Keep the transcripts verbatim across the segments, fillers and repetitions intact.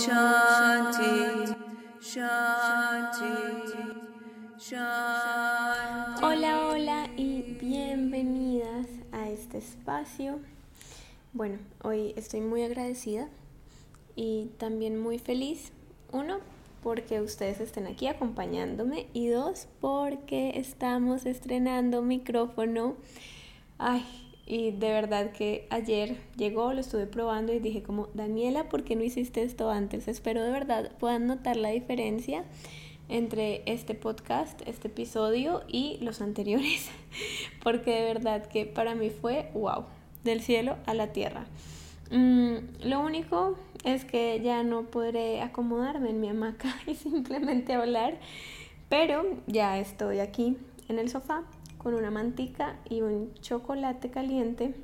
Shanti, Shanti, Shanti. Hola, hola y bienvenidas a este espacio. Bueno, hoy estoy muy agradecida y también muy feliz. Uno, porque ustedes estén aquí acompañándome y dos, porque estamos estrenando micrófono. Ay, y de verdad que ayer llegó, lo estuve probando y dije como, Daniela, ¿por qué no hiciste esto antes? Espero de verdad puedan notar la diferencia entre este podcast, este episodio y los anteriores, porque de verdad que para mí fue wow, del cielo a la tierra. Mm, lo único es que ya no podré acomodarme en mi hamaca y simplemente hablar, pero ya estoy aquí en el sofá con una mantica y un chocolate caliente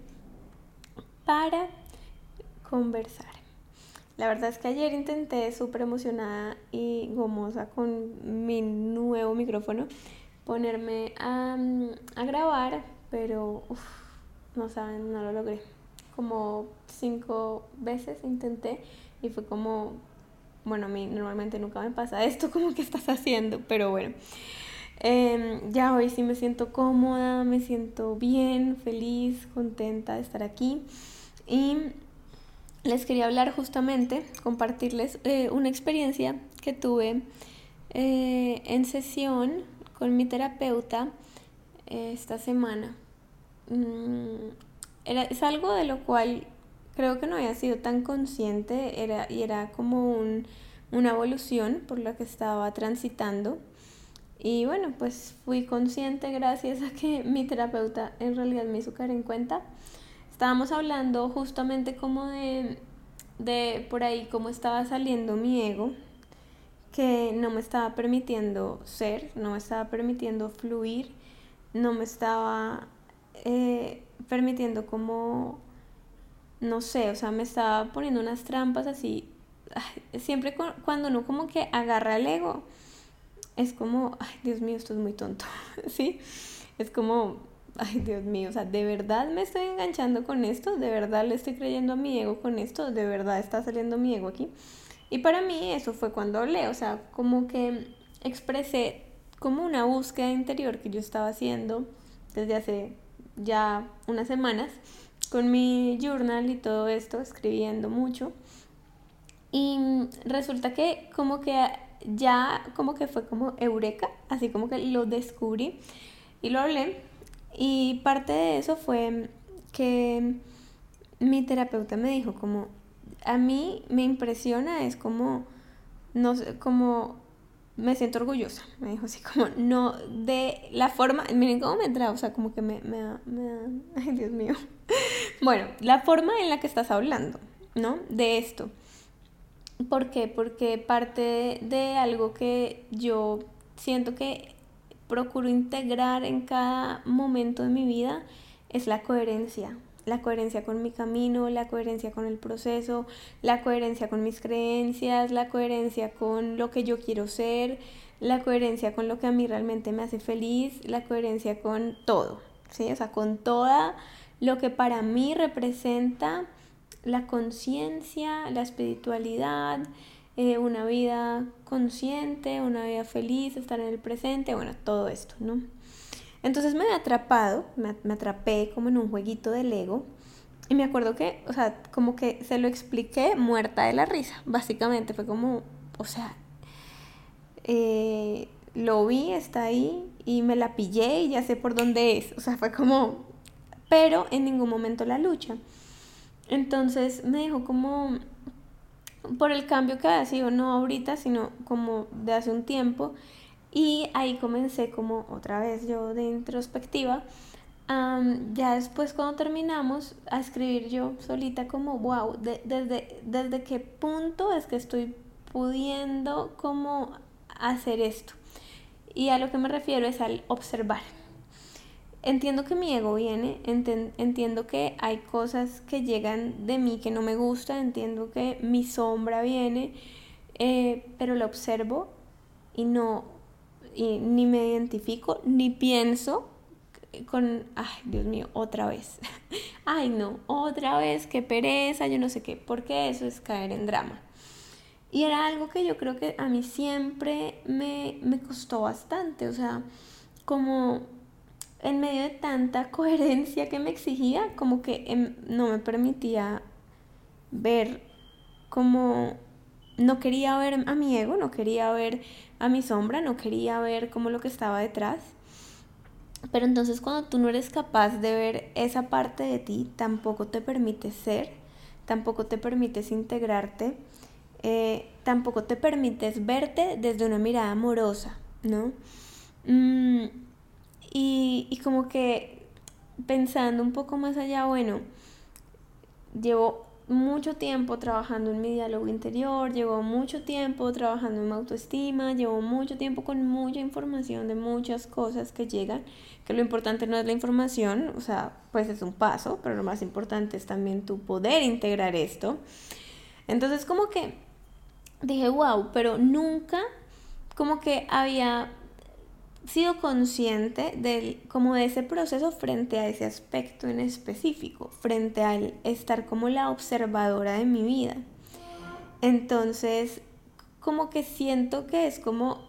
para conversar. La verdad es que ayer intenté súper emocionada y gomosa con mi nuevo micrófono ponerme a, a grabar, pero uf, no saben, no lo logré. Como cinco veces intenté y fue como, bueno, a mí normalmente nunca me pasa esto, como que estás haciendo, pero bueno. Eh, ya hoy sí me siento cómoda, me siento bien, feliz, contenta de estar aquí y les quería hablar justamente, compartirles eh, una experiencia que tuve eh, en sesión con mi terapeuta eh, esta semana. Mm, era, es algo de lo cual creo que no había sido tan consciente era, y era como un, una evolución por la que estaba transitando. Y bueno, pues fui consciente gracias a que mi terapeuta en realidad me hizo caer en cuenta. Estábamos hablando justamente como de, de por ahí cómo estaba saliendo mi ego, que no me estaba permitiendo ser, no me estaba permitiendo fluir, no me estaba eh, permitiendo como, no sé, o sea, me estaba poniendo unas trampas así. Ay, siempre cu- cuando uno como que agarra el ego, es como, ay, Dios mío, esto es muy tonto, ¿sí? Es como, ay, Dios mío, o sea, ¿de verdad me estoy enganchando con esto? ¿De verdad le estoy creyendo a mi ego con esto? ¿De verdad está saliendo mi ego aquí? Y para mí eso fue cuando hablé, o sea, como que expresé como una búsqueda interior que yo estaba haciendo desde hace ya unas semanas con mi journal y todo esto, escribiendo mucho. Y resulta que como que ya como que fue como eureka, así como que lo descubrí y lo hablé. Y parte de eso fue que mi terapeuta me dijo como, a mí me impresiona, es como, no sé, como me siento orgullosa, me dijo así como, no, de la forma, miren cómo me entra, o sea, como que me, me da, me da, ay Dios mío. Bueno, la forma en la que estás hablando, ¿no? De esto. ¿Por qué? Porque parte de algo que yo siento que procuro integrar en cada momento de mi vida es la coherencia. La coherencia con mi camino, la coherencia con el proceso, la coherencia con mis creencias, la coherencia con lo que yo quiero ser, la coherencia con lo que a mí realmente me hace feliz, la coherencia con todo, ¿sí? O sea, con toda lo que para mí representa la conciencia, la espiritualidad, eh, una vida consciente, una vida feliz, estar en el presente, bueno, todo esto, ¿no? Entonces me he atrapado, me, me atrapé como en un jueguito del ego y me acuerdo que, o sea, como que se lo expliqué muerta de la risa, básicamente fue como, o sea, eh, lo vi, está ahí y me la pillé y ya sé por dónde es, o sea, fue como, pero en ningún momento la lucha. Entonces me dijo como por el cambio que había sido, no ahorita, sino como de hace un tiempo. Y ahí comencé como otra vez yo de introspectiva. Um, ya después cuando terminamos a escribir yo solita como wow, de, desde, desde qué punto es que estoy pudiendo como hacer esto. Y a lo que me refiero es al observar. Entiendo que mi ego viene, enten, entiendo que hay cosas que llegan de mí que no me gustan, entiendo que mi sombra viene, eh, pero la observo y no, y ni me identifico, ni pienso con, ay Dios mío, otra vez, ay no, otra vez, qué pereza, yo no sé qué, porque eso es caer en drama. Y era algo que yo creo que a mí siempre me, me costó bastante, o sea, como en medio de tanta coherencia que me exigía, como que em, no me permitía ver como, no quería ver a mi ego, no quería ver a mi sombra, no quería ver como lo que estaba detrás. Pero entonces cuando tú no eres capaz de ver esa parte de ti, tampoco te permites ser, tampoco te permites integrarte, eh, tampoco te permites verte desde una mirada amorosa, ¿no? Mm, y, y como que pensando un poco más allá, bueno, llevo mucho tiempo trabajando en mi diálogo interior, llevo mucho tiempo trabajando en mi autoestima, llevo mucho tiempo con mucha información de muchas cosas que llegan, que lo importante no es la información, o sea, pues es un paso, pero lo más importante es también tu poder integrar esto. Entonces como que dije, wow, pero nunca como que había sido consciente del, como de ese proceso frente a ese aspecto en específico, frente al estar como la observadora de mi vida. Entonces, como que siento que es como,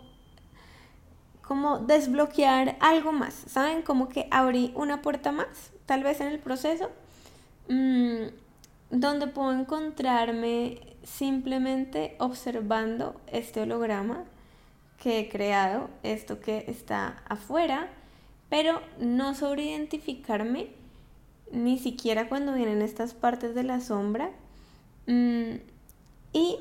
como desbloquear algo más, ¿saben? Como que abrí una puerta más, tal vez en el proceso, mmm, donde puedo encontrarme simplemente observando este holograma que he creado, esto que está afuera, pero no sobre identificarme, ni siquiera cuando vienen estas partes de la sombra, mmm, y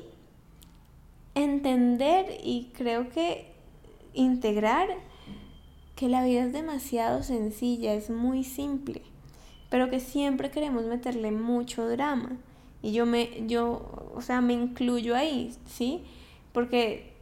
entender y creo que integrar que la vida es demasiado sencilla, es muy simple, pero que siempre queremos meterle mucho drama. Y yo me, yo, o sea, me incluyo ahí, ¿sí? Porque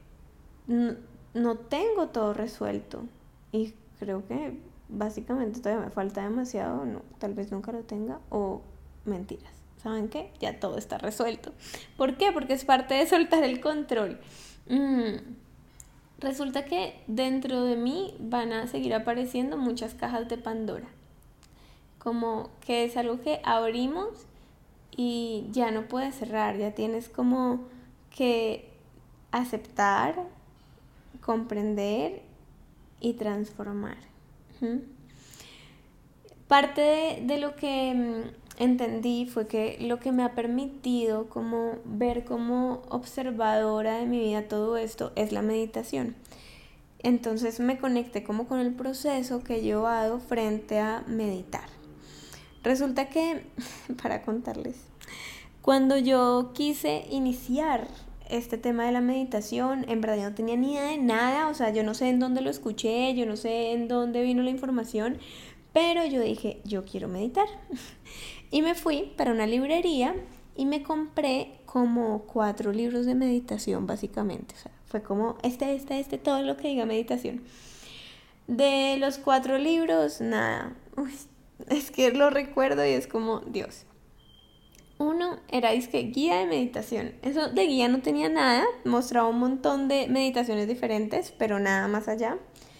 no tengo todo resuelto y creo que básicamente todavía me falta demasiado, no, tal vez nunca lo tenga o mentiras. ¿Saben qué? Ya todo está resuelto. ¿Por qué? Porque es parte de soltar el control. Mm. Resulta que dentro de mí van a seguir apareciendo muchas cajas de Pandora. Como que es algo que abrimos y ya no puedes cerrar, ya tienes como que aceptar, comprender y transformar. ¿Mm? Parte de, de lo que mm, entendí fue que lo que me ha permitido como ver como observadora de mi vida todo esto es la meditación. Entonces me conecté como con el proceso que he llevado frente a meditar. Resulta que, para contarles, cuando yo quise iniciar este tema de la meditación, en verdad yo no tenía ni idea de nada, o sea, yo no sé en dónde lo escuché, yo no sé en dónde vino la información, pero yo dije, yo quiero meditar. Y me fui para una librería y me compré como cuatro libros de meditación, básicamente. O sea, fue como este, este, este, todo lo que diga meditación. De los cuatro libros, nada. Uy, es que lo recuerdo y es como, Dios. Uno era disque guía de meditación. Eso de guía no tenía nada, mostraba un montón de meditaciones diferentes, pero nada más allá.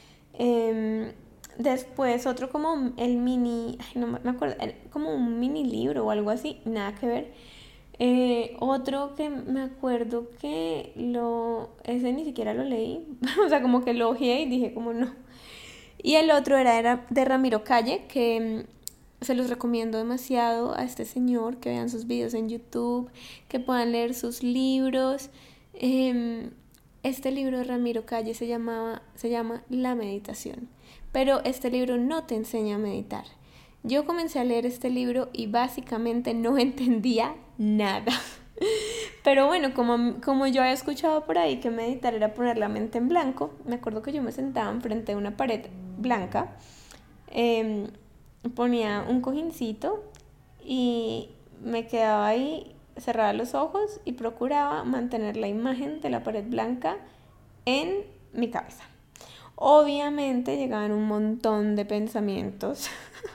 Eh, después otro como el mini, ay, no me acuerdo, como un mini libro o algo así, nada que ver. Eh, otro que me acuerdo que lo, ese ni siquiera lo leí, o sea, como que lo ojeé y dije como no. Y el otro era, era de Ramiro Calle, que se los recomiendo demasiado a este señor, que vean sus videos en YouTube, que puedan leer sus libros. Eh, este libro de Ramiro Calle se, llamaba, se llama La Meditación, pero este libro no te enseña a meditar. Yo comencé a leer este libro y básicamente no entendía nada. Pero bueno, como, como yo había escuchado por ahí que meditar era poner la mente en blanco, me acuerdo que yo me sentaba enfrente de una pared blanca, eh, ponía un cojincito y me quedaba ahí, cerraba los ojos y procuraba mantener la imagen de la pared blanca en mi cabeza. Obviamente llegaban un montón de pensamientos.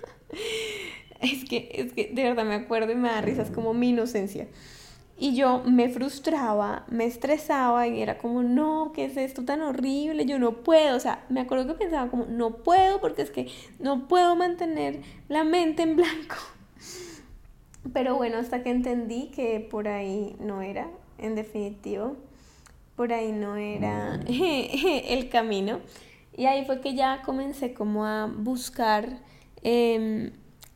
es que, es que de verdad me acuerdo y me da risas como mi inocencia. Y yo me frustraba, me estresaba y era como, no, ¿qué es esto tan horrible? Yo no puedo. O sea, me acuerdo que pensaba como, no puedo porque es que no puedo mantener la mente en blanco. Pero bueno, hasta que entendí que por ahí no era, en definitivo. por ahí no era el camino. Y ahí fue que ya comencé como a buscar eh,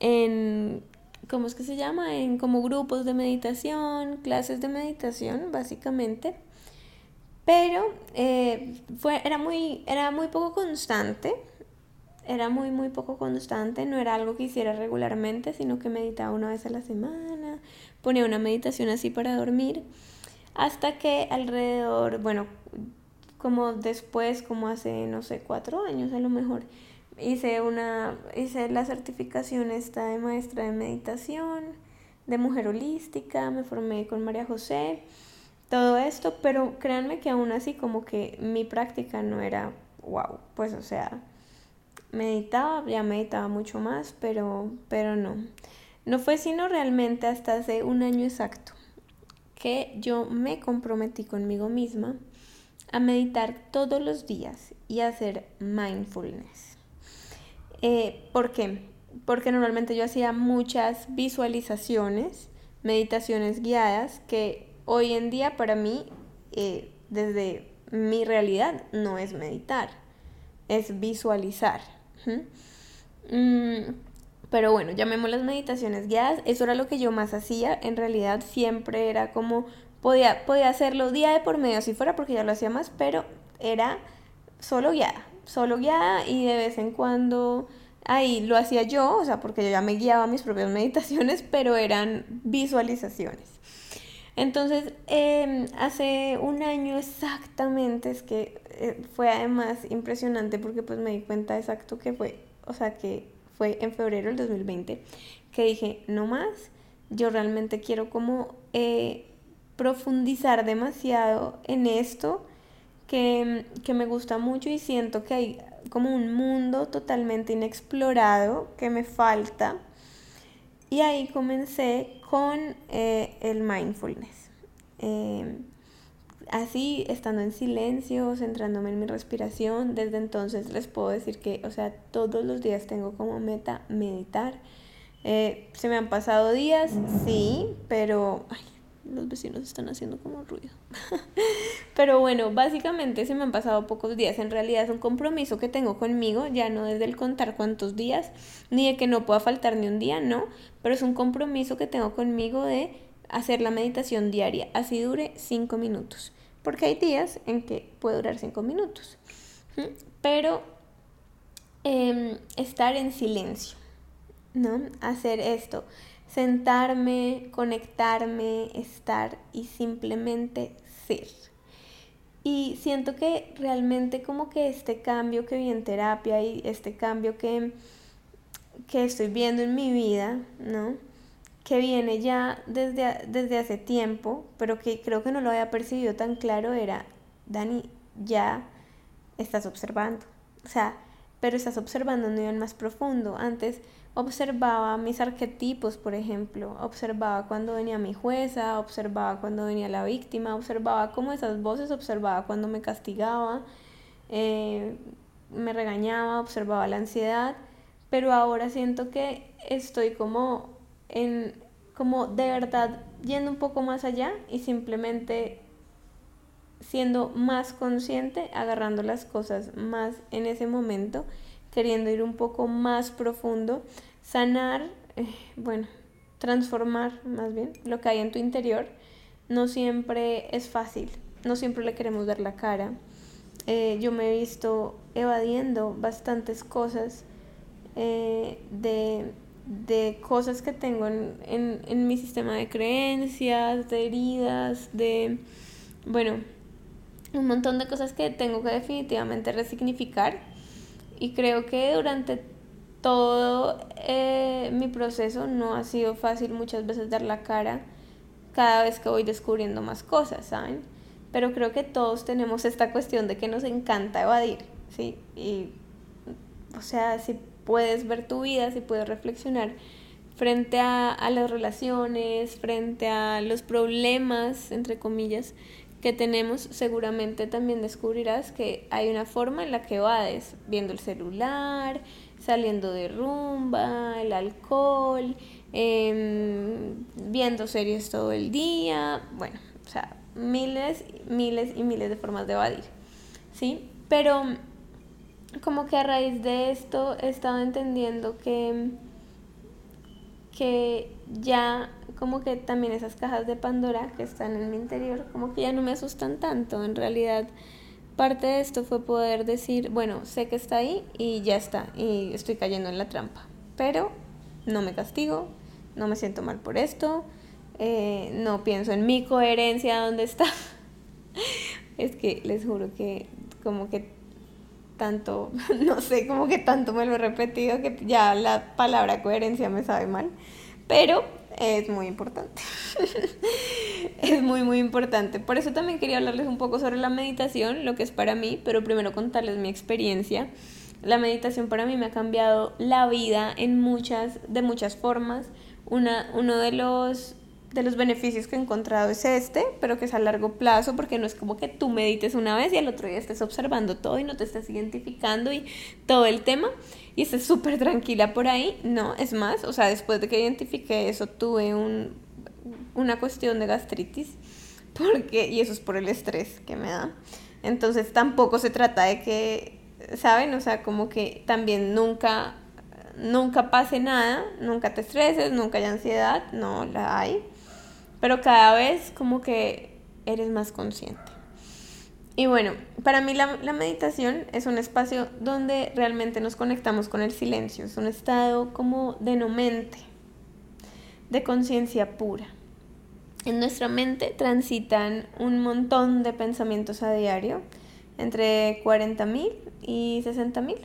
en, ¿cómo es que se llama? En como grupos de meditación, clases de meditación, básicamente. Pero eh, fue, era, muy, era muy poco constante, era muy, muy poco constante, no era algo que hiciera regularmente, sino que meditaba una vez a la semana, ponía una meditación así para dormir, hasta que alrededor, bueno, como después, como hace, no sé, cuatro años a lo mejor, hice una, hice la certificación esta de maestra de meditación, de mujer holística, me formé con María José, todo esto, pero créanme que aún así como que mi práctica no era wow, pues o sea, meditaba, ya meditaba mucho más, pero, pero no. No fue sino realmente hasta hace un año exacto que yo me comprometí conmigo misma a meditar todos los días y a hacer mindfulness. Eh, ¿Por qué? Porque normalmente yo hacía muchas visualizaciones, meditaciones guiadas, que hoy en día para mí, eh, desde mi realidad, no es meditar, es visualizar. ¿Mm? Mm, pero bueno, llamémoslas meditaciones guiadas, eso era lo que yo más hacía, en realidad siempre era como, podía, podía hacerlo día de por medio si fuera porque ya lo hacía más, pero era solo guiada, solo guiada y de vez en cuando ahí lo hacía yo, o sea, porque yo ya me guiaba mis propias meditaciones, pero eran visualizaciones. Entonces, eh, hace un año exactamente, es que eh, fue además impresionante porque pues me di cuenta exacto que fue, o sea, que fue en febrero del dos mil veinte, que dije, no más, yo realmente quiero como eh, profundizar demasiado en esto, que, que me gusta mucho y siento que hay como un mundo totalmente inexplorado que me falta. Y ahí comencé con eh, el mindfulness. Eh, así, estando en silencio, centrándome en mi respiración, desde entonces les puedo decir que, o sea, todos los días tengo como meta meditar. Eh, se me han pasado días, sí, pero ay, los vecinos están haciendo como ruido. Pero bueno, básicamente se me han pasado pocos días. En realidad es un compromiso que tengo conmigo, ya no desde el contar cuántos días, ni de que no pueda faltar ni un día, no, pero es un compromiso que tengo conmigo de hacer la meditación diaria, así dure cinco minutos, porque hay días en que puede durar cinco minutos, pero eh, estar en silencio, ¿no? Hacer esto, sentarme, conectarme, estar y simplemente ser. Y siento que realmente como que este cambio que vi en terapia y este cambio que, que estoy viendo en mi vida, ¿no? Que viene ya desde, desde hace tiempo, pero que creo que no lo había percibido tan claro, era, Dani, ya estás observando. O sea, pero estás observando a un nivel más profundo. Antes observaba mis arquetipos, por ejemplo, observaba cuando venía mi jueza, observaba cuando venía la víctima, observaba cómo esas voces, observaba cuando me castigaba, eh, me regañaba, observaba la ansiedad, pero ahora siento que estoy como en, como de verdad yendo un poco más allá y simplemente siendo más consciente, agarrando las cosas más en ese momento, queriendo ir un poco más profundo, sanar, eh, bueno, transformar más bien lo que hay en tu interior. No siempre es fácil, no siempre le queremos dar la cara. Eh, yo me he visto evadiendo bastantes cosas eh, de, de cosas que tengo en, en, en mi sistema de creencias, de heridas, de, bueno, un montón de cosas que tengo que definitivamente resignificar y creo que durante todo eh, mi proceso no ha sido fácil muchas veces dar la cara cada vez que voy descubriendo más cosas, ¿saben? Pero creo que todos tenemos esta cuestión de que nos encanta evadir, ¿sí? Y, o sea, si puedes ver tu vida, si puedes reflexionar frente a, a las relaciones, frente a los problemas, entre comillas, que tenemos, seguramente también descubrirás que hay una forma en la que evades, viendo el celular, saliendo de rumba, el alcohol, eh, viendo series todo el día, bueno, o sea, miles, miles y miles de formas de evadir, ¿sí? Pero como que a raíz de esto he estado entendiendo que, que ya como que también esas cajas de Pandora que están en mi interior, como que ya no me asustan tanto. En realidad, parte de esto fue poder decir, bueno, sé que está ahí y ya está, y estoy cayendo en la trampa, pero no me castigo, no me siento mal por esto, eh, no pienso en mi coherencia, ¿dónde está? Es que les juro que como que tanto, no sé, como que tanto me lo he repetido que ya la palabra coherencia me sabe mal, pero es muy importante. Es muy, muy importante. Por eso también quería hablarles un poco sobre la meditación, lo que es para mí, pero primero contarles mi experiencia. La meditación para mí me ha cambiado la vida en muchas, de muchas formas. Una, uno de los de los beneficios que he encontrado es este, pero que es a largo plazo, porque no es como que tú medites una vez y al otro día estés observando todo y no te estés identificando y todo el tema y estés súper tranquila por ahí. No, es más, o sea, después de que identifiqué eso tuve un, una cuestión de gastritis, porque, y eso es por el estrés que me da. Entonces tampoco se trata de que, ¿saben? O sea, como que también nunca, nunca pase nada, nunca te estreses, nunca haya ansiedad, no la hay. Pero cada vez como que eres más consciente. Y bueno, para mí la, la meditación es un espacio donde realmente nos conectamos con el silencio. Es un estado como de no mente, de conciencia pura. En nuestra mente transitan un montón de pensamientos a diario, entre cuarenta mil y sesenta mil.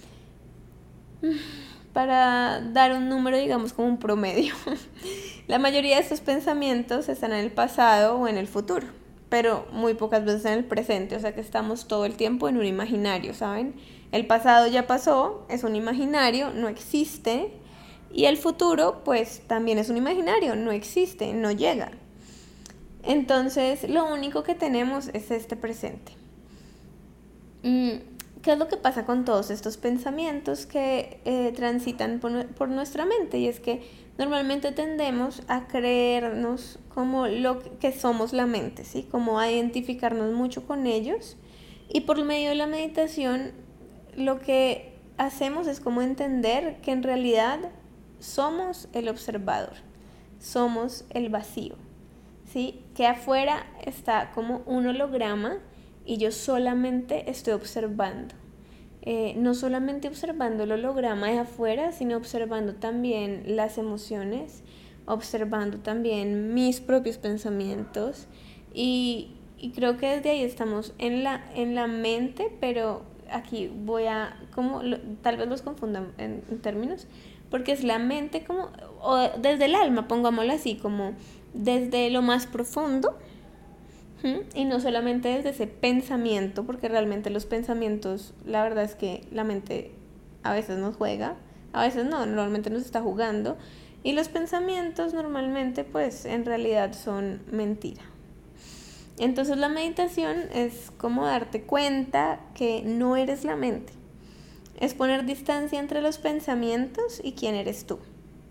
Para dar un número, digamos, como un promedio. La mayoría de estos pensamientos están en el pasado o en el futuro, pero muy pocas veces en el presente, o sea que estamos todo el tiempo en un imaginario, ¿saben? El pasado ya pasó, es un imaginario, no existe, y el futuro, pues también es un imaginario, no existe, no llega. Entonces, lo único que tenemos es este presente. ¿Qué es lo que pasa con todos estos pensamientos que eh, transitan por, por nuestra mente? Y es que normalmente tendemos a creernos como lo que somos la mente, ¿sí? Como a identificarnos mucho con ellos. Y por medio de la meditación, lo que hacemos es como entender que en realidad somos el observador, somos el vacío, ¿sí? Que afuera está como un holograma y yo solamente estoy observando. Eh, no solamente observando el holograma de afuera, sino observando también las emociones, observando también mis propios pensamientos y, y creo que desde ahí estamos en la, en la mente, pero aquí voy a, como lo, tal vez los confundan en, en términos, porque es la mente como, o desde el alma, pongámoslo así, como desde lo más profundo. Y no solamente desde ese pensamiento, porque realmente los pensamientos, la verdad es que la mente a veces nos juega, a veces no, normalmente nos está jugando, y los pensamientos normalmente pues en realidad son mentira. Entonces la meditación es como darte cuenta que no eres la mente, es poner distancia entre los pensamientos y quién eres tú.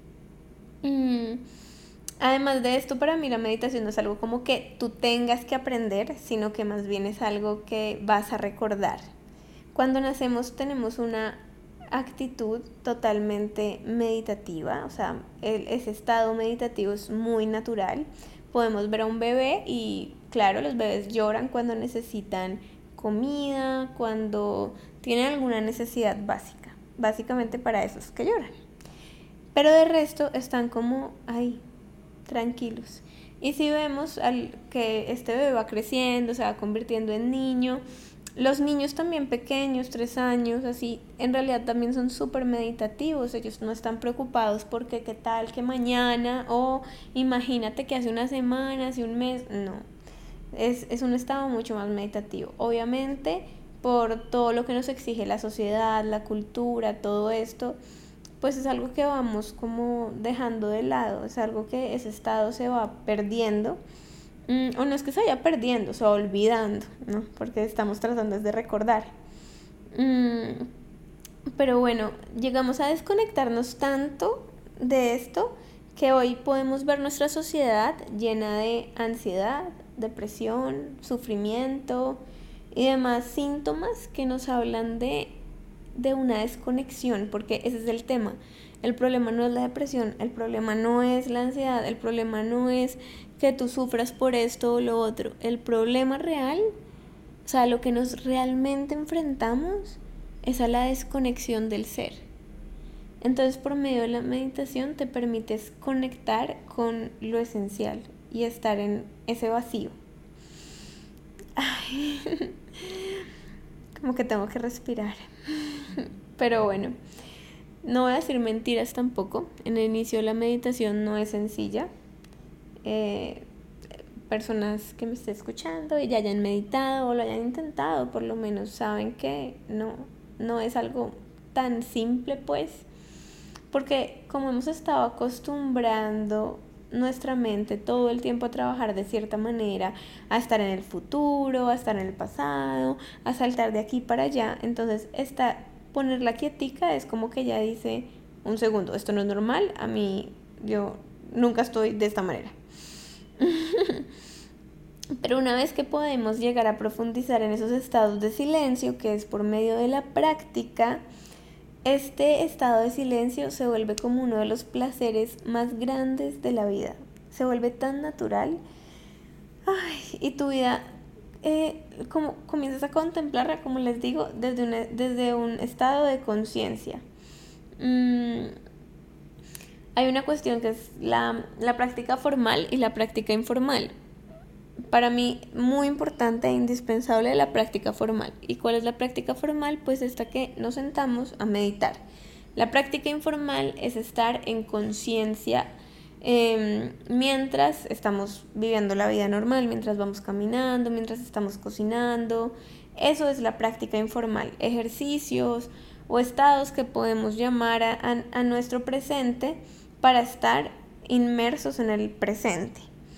Mm. Además de esto, para mí la meditación no es algo como que tú tengas que aprender, sino que más bien es algo que vas a recordar. Cuando nacemos tenemos una actitud totalmente meditativa, o sea, el, ese estado meditativo es muy natural. Podemos ver a un bebé y claro, los bebés lloran cuando necesitan comida, cuando tienen alguna necesidad básica. Básicamente para eso es que lloran. Pero de resto están como ahí, tranquilos. Y si vemos al que este bebé va creciendo, se va convirtiendo en niño, los niños también pequeños, tres años, así, en realidad también son súper meditativos. Ellos no están preocupados porque qué tal que mañana o imagínate que hace una semana, hace un mes. No, es, es un estado mucho más meditativo. Obviamente por todo lo que nos exige la sociedad, la cultura, todo esto, pues es algo que vamos como dejando de lado, es algo que ese estado se va perdiendo, Mm, o no es que se vaya perdiendo, se va olvidando, ¿no? Porque estamos tratando de recordar. Mm, pero bueno, llegamos a desconectarnos tanto de esto que hoy podemos ver nuestra sociedad llena de ansiedad, depresión, sufrimiento y demás síntomas que nos hablan de, de una desconexión, porque ese es el tema. El problema no es la depresión, el problema no es la ansiedad, el problema no es que tú sufras por esto o lo otro. El problema real, o sea, lo que nos realmente enfrentamos es a la desconexión del ser. Entonces, por medio de la meditación te permites conectar con lo esencial y estar en ese vacío. Ay, como que tengo que respirar. Pero bueno, no voy a decir mentiras tampoco. En el inicio de la meditación no es sencilla. Eh, personas que me estén escuchando y ya hayan meditado o lo hayan intentado, por lo menos saben que no, no es algo tan simple, pues. Porque como hemos estado acostumbrando nuestra mente todo el tiempo a trabajar de cierta manera, a estar en el futuro, a estar en el pasado, a saltar de aquí para allá, entonces esta, ponerla quietica es como que ya dice, un segundo, esto no es normal, a mí yo nunca estoy de esta manera. Pero una vez que podemos llegar a profundizar en esos estados de silencio, que es por medio de la práctica, este estado de silencio se vuelve como uno de los placeres más grandes de la vida. Se vuelve tan natural. Ay, y tu vida, eh, como comienzas a contemplarla, como les digo, desde, una, desde un estado de conciencia. Mm, hay una cuestión que es la, la práctica formal y la práctica informal. Para mí, muy importante e indispensable la práctica formal. ¿Y cuál es la práctica formal? Pues esta que nos sentamos a meditar. La práctica informal es estar en conciencia eh, mientras estamos viviendo la vida normal, mientras vamos caminando, mientras estamos cocinando. Eso es la práctica informal. Ejercicios o estados que podemos llamar a, a, a nuestro presente para estar inmersos en el presente.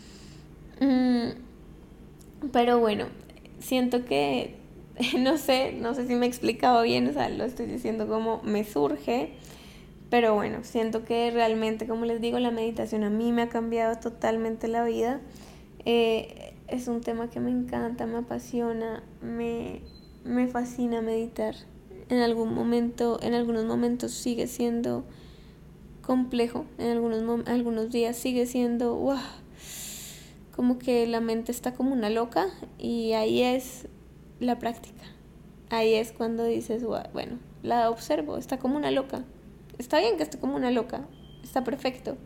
Mm, pero bueno, siento que, no sé, no sé si me he explicado bien, o sea, lo estoy diciendo como me surge, pero bueno, siento que realmente, como les digo, la meditación a mí me ha cambiado totalmente la vida. Eh, es un tema que me encanta, me apasiona, me, me fascina meditar. En algún momento, en algunos momentos sigue siendo complejo, en algunos, algunos días sigue siendo, wow, como que la mente está como una loca y ahí es la práctica. Ahí es cuando dices, bueno, la observo, está como una loca. Está bien que esté como una loca, está perfecto.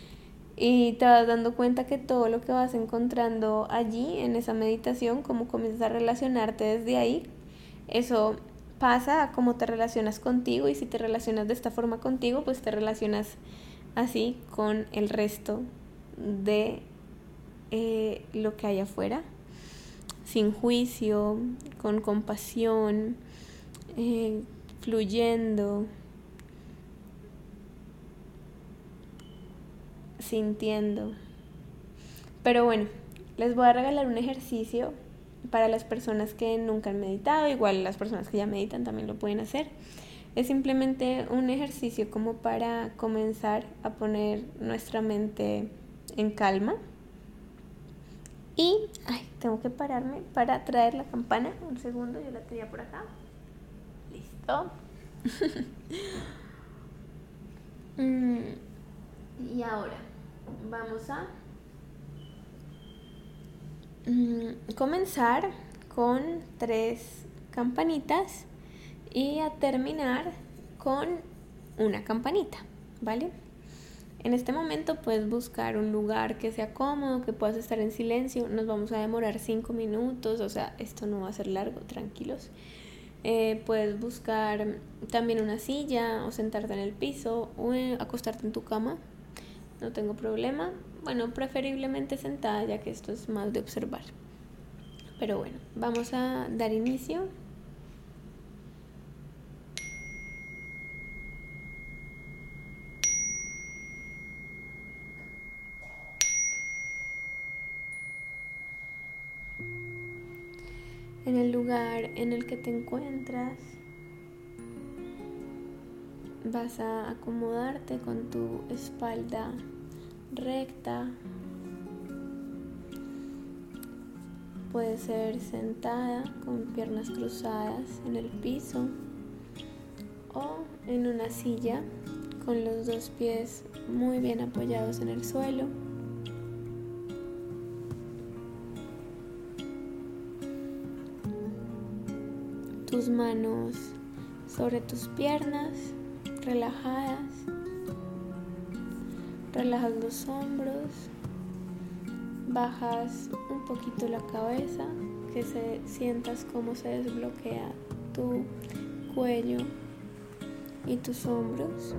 Y te vas dando cuenta que todo lo que vas encontrando allí en esa meditación, como comienzas a relacionarte desde ahí, eso pasa a cómo te relacionas contigo, y si te relacionas de esta forma contigo, pues te relacionas así con el resto de eh, lo que hay afuera, sin juicio, con compasión, eh, fluyendo, sintiendo. Pero bueno, les voy a regalar un ejercicio para las personas que nunca han meditado, igual las personas que ya meditan también lo pueden hacer. Es simplemente un ejercicio como para comenzar a poner nuestra mente en calma. Y, ay, tengo que pararme para traer la campana. Un segundo, yo la tenía por acá. Listo. mm, y ahora vamos a mm, comenzar con tres campanitas y a terminar con una campanita, ¿vale? En este momento puedes buscar un lugar que sea cómodo, que puedas estar en silencio. Nos vamos a demorar cinco minutos, o sea, esto no va a ser largo, tranquilos. Eh, puedes buscar también una silla o sentarte en el piso o acostarte en tu cama, no tengo problema. Bueno, preferiblemente sentada, ya que esto es más de observar. Pero bueno, vamos a dar inicio. En el lugar en el que te encuentras, vas a acomodarte con tu espalda recta. Puede ser sentada con piernas cruzadas en el piso o en una silla con los dos pies muy bien apoyados en el suelo. Tus manos sobre tus piernas, relajadas. Relajas los hombros, bajas un poquito la cabeza, que se sientas cómo se desbloquea tu cuello y tus hombros.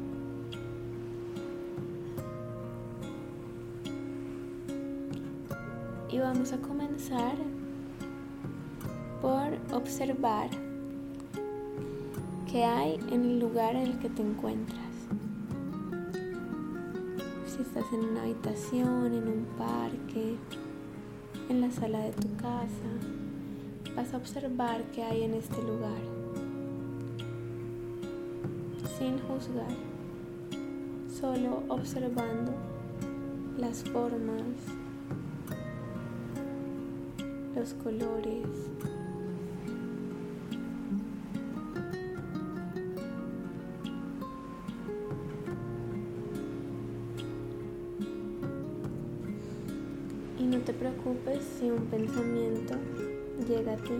Y vamos a comenzar por observar qué hay en el lugar en el que te encuentras. Si estás en una habitación, en un parque, en la sala de tu casa, vas a observar qué hay en este lugar, sin juzgar, solo observando las formas, los colores. Y no te preocupes si un pensamiento llega a ti.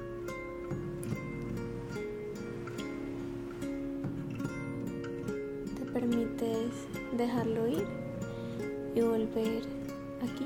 Te permites dejarlo ir y volver aquí.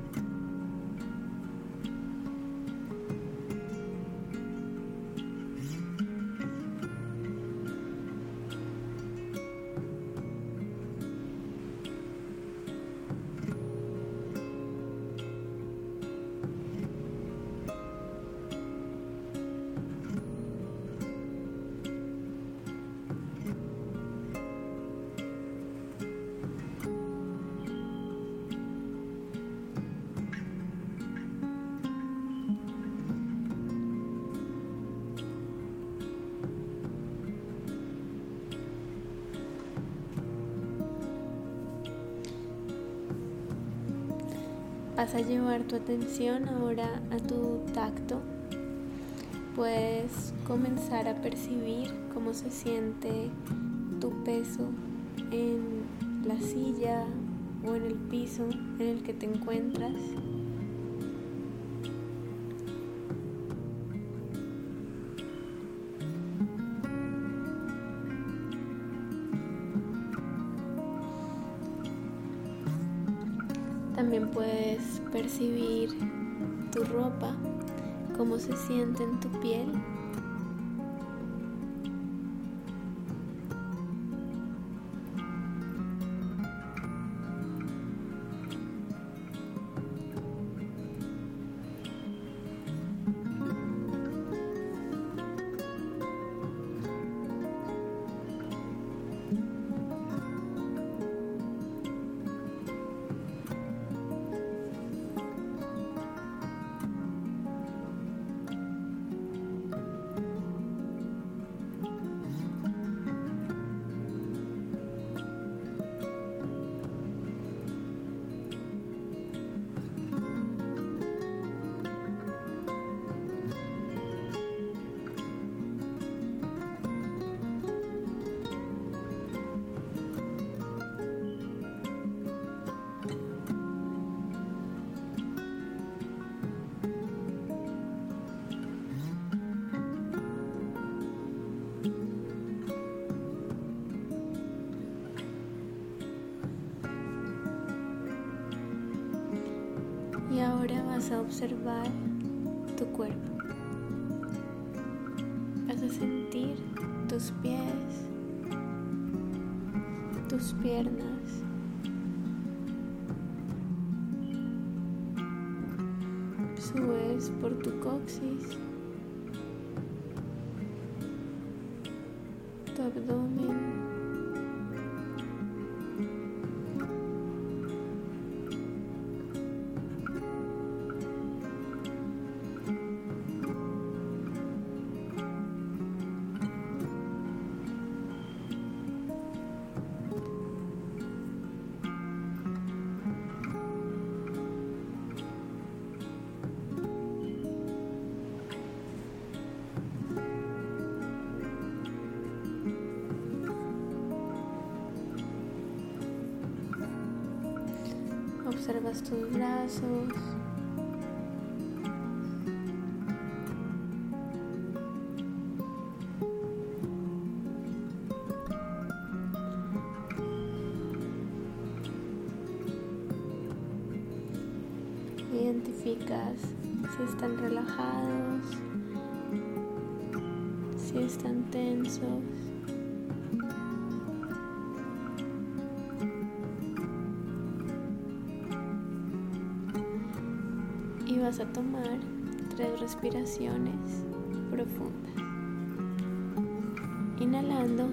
Vas a llevar tu atención ahora a tu tacto. Puedes comenzar a percibir cómo se siente tu peso en la silla o en el piso en el que te encuentras. También puedes percibir tu ropa, cómo se siente en tu piel. Y ahora vas a observar tu cuerpo. Vas a sentir tus pies, tus piernas, subes por tu coxis, tu abdomen, observas tus brazos. Identificas si están relajados, si están tensos. Y vas a tomar tres respiraciones profundas. Inhalando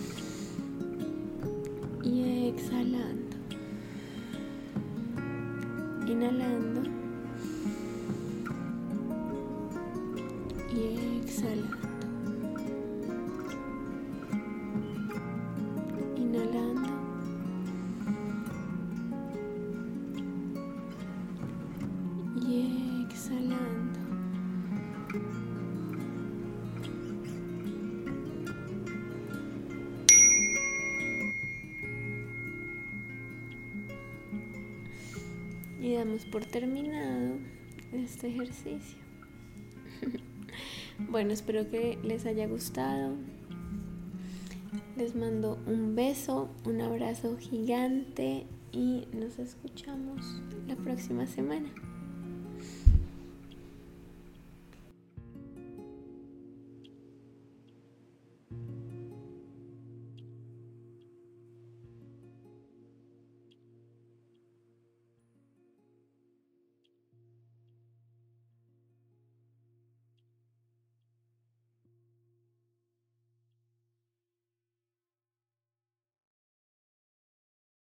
y exhalando. Inhalando y exhalando. Inhalando y exhalando. Y damos por terminado este ejercicio. Bueno, espero que les haya gustado. Les mando un beso, un abrazo gigante y nos escuchamos la próxima semana.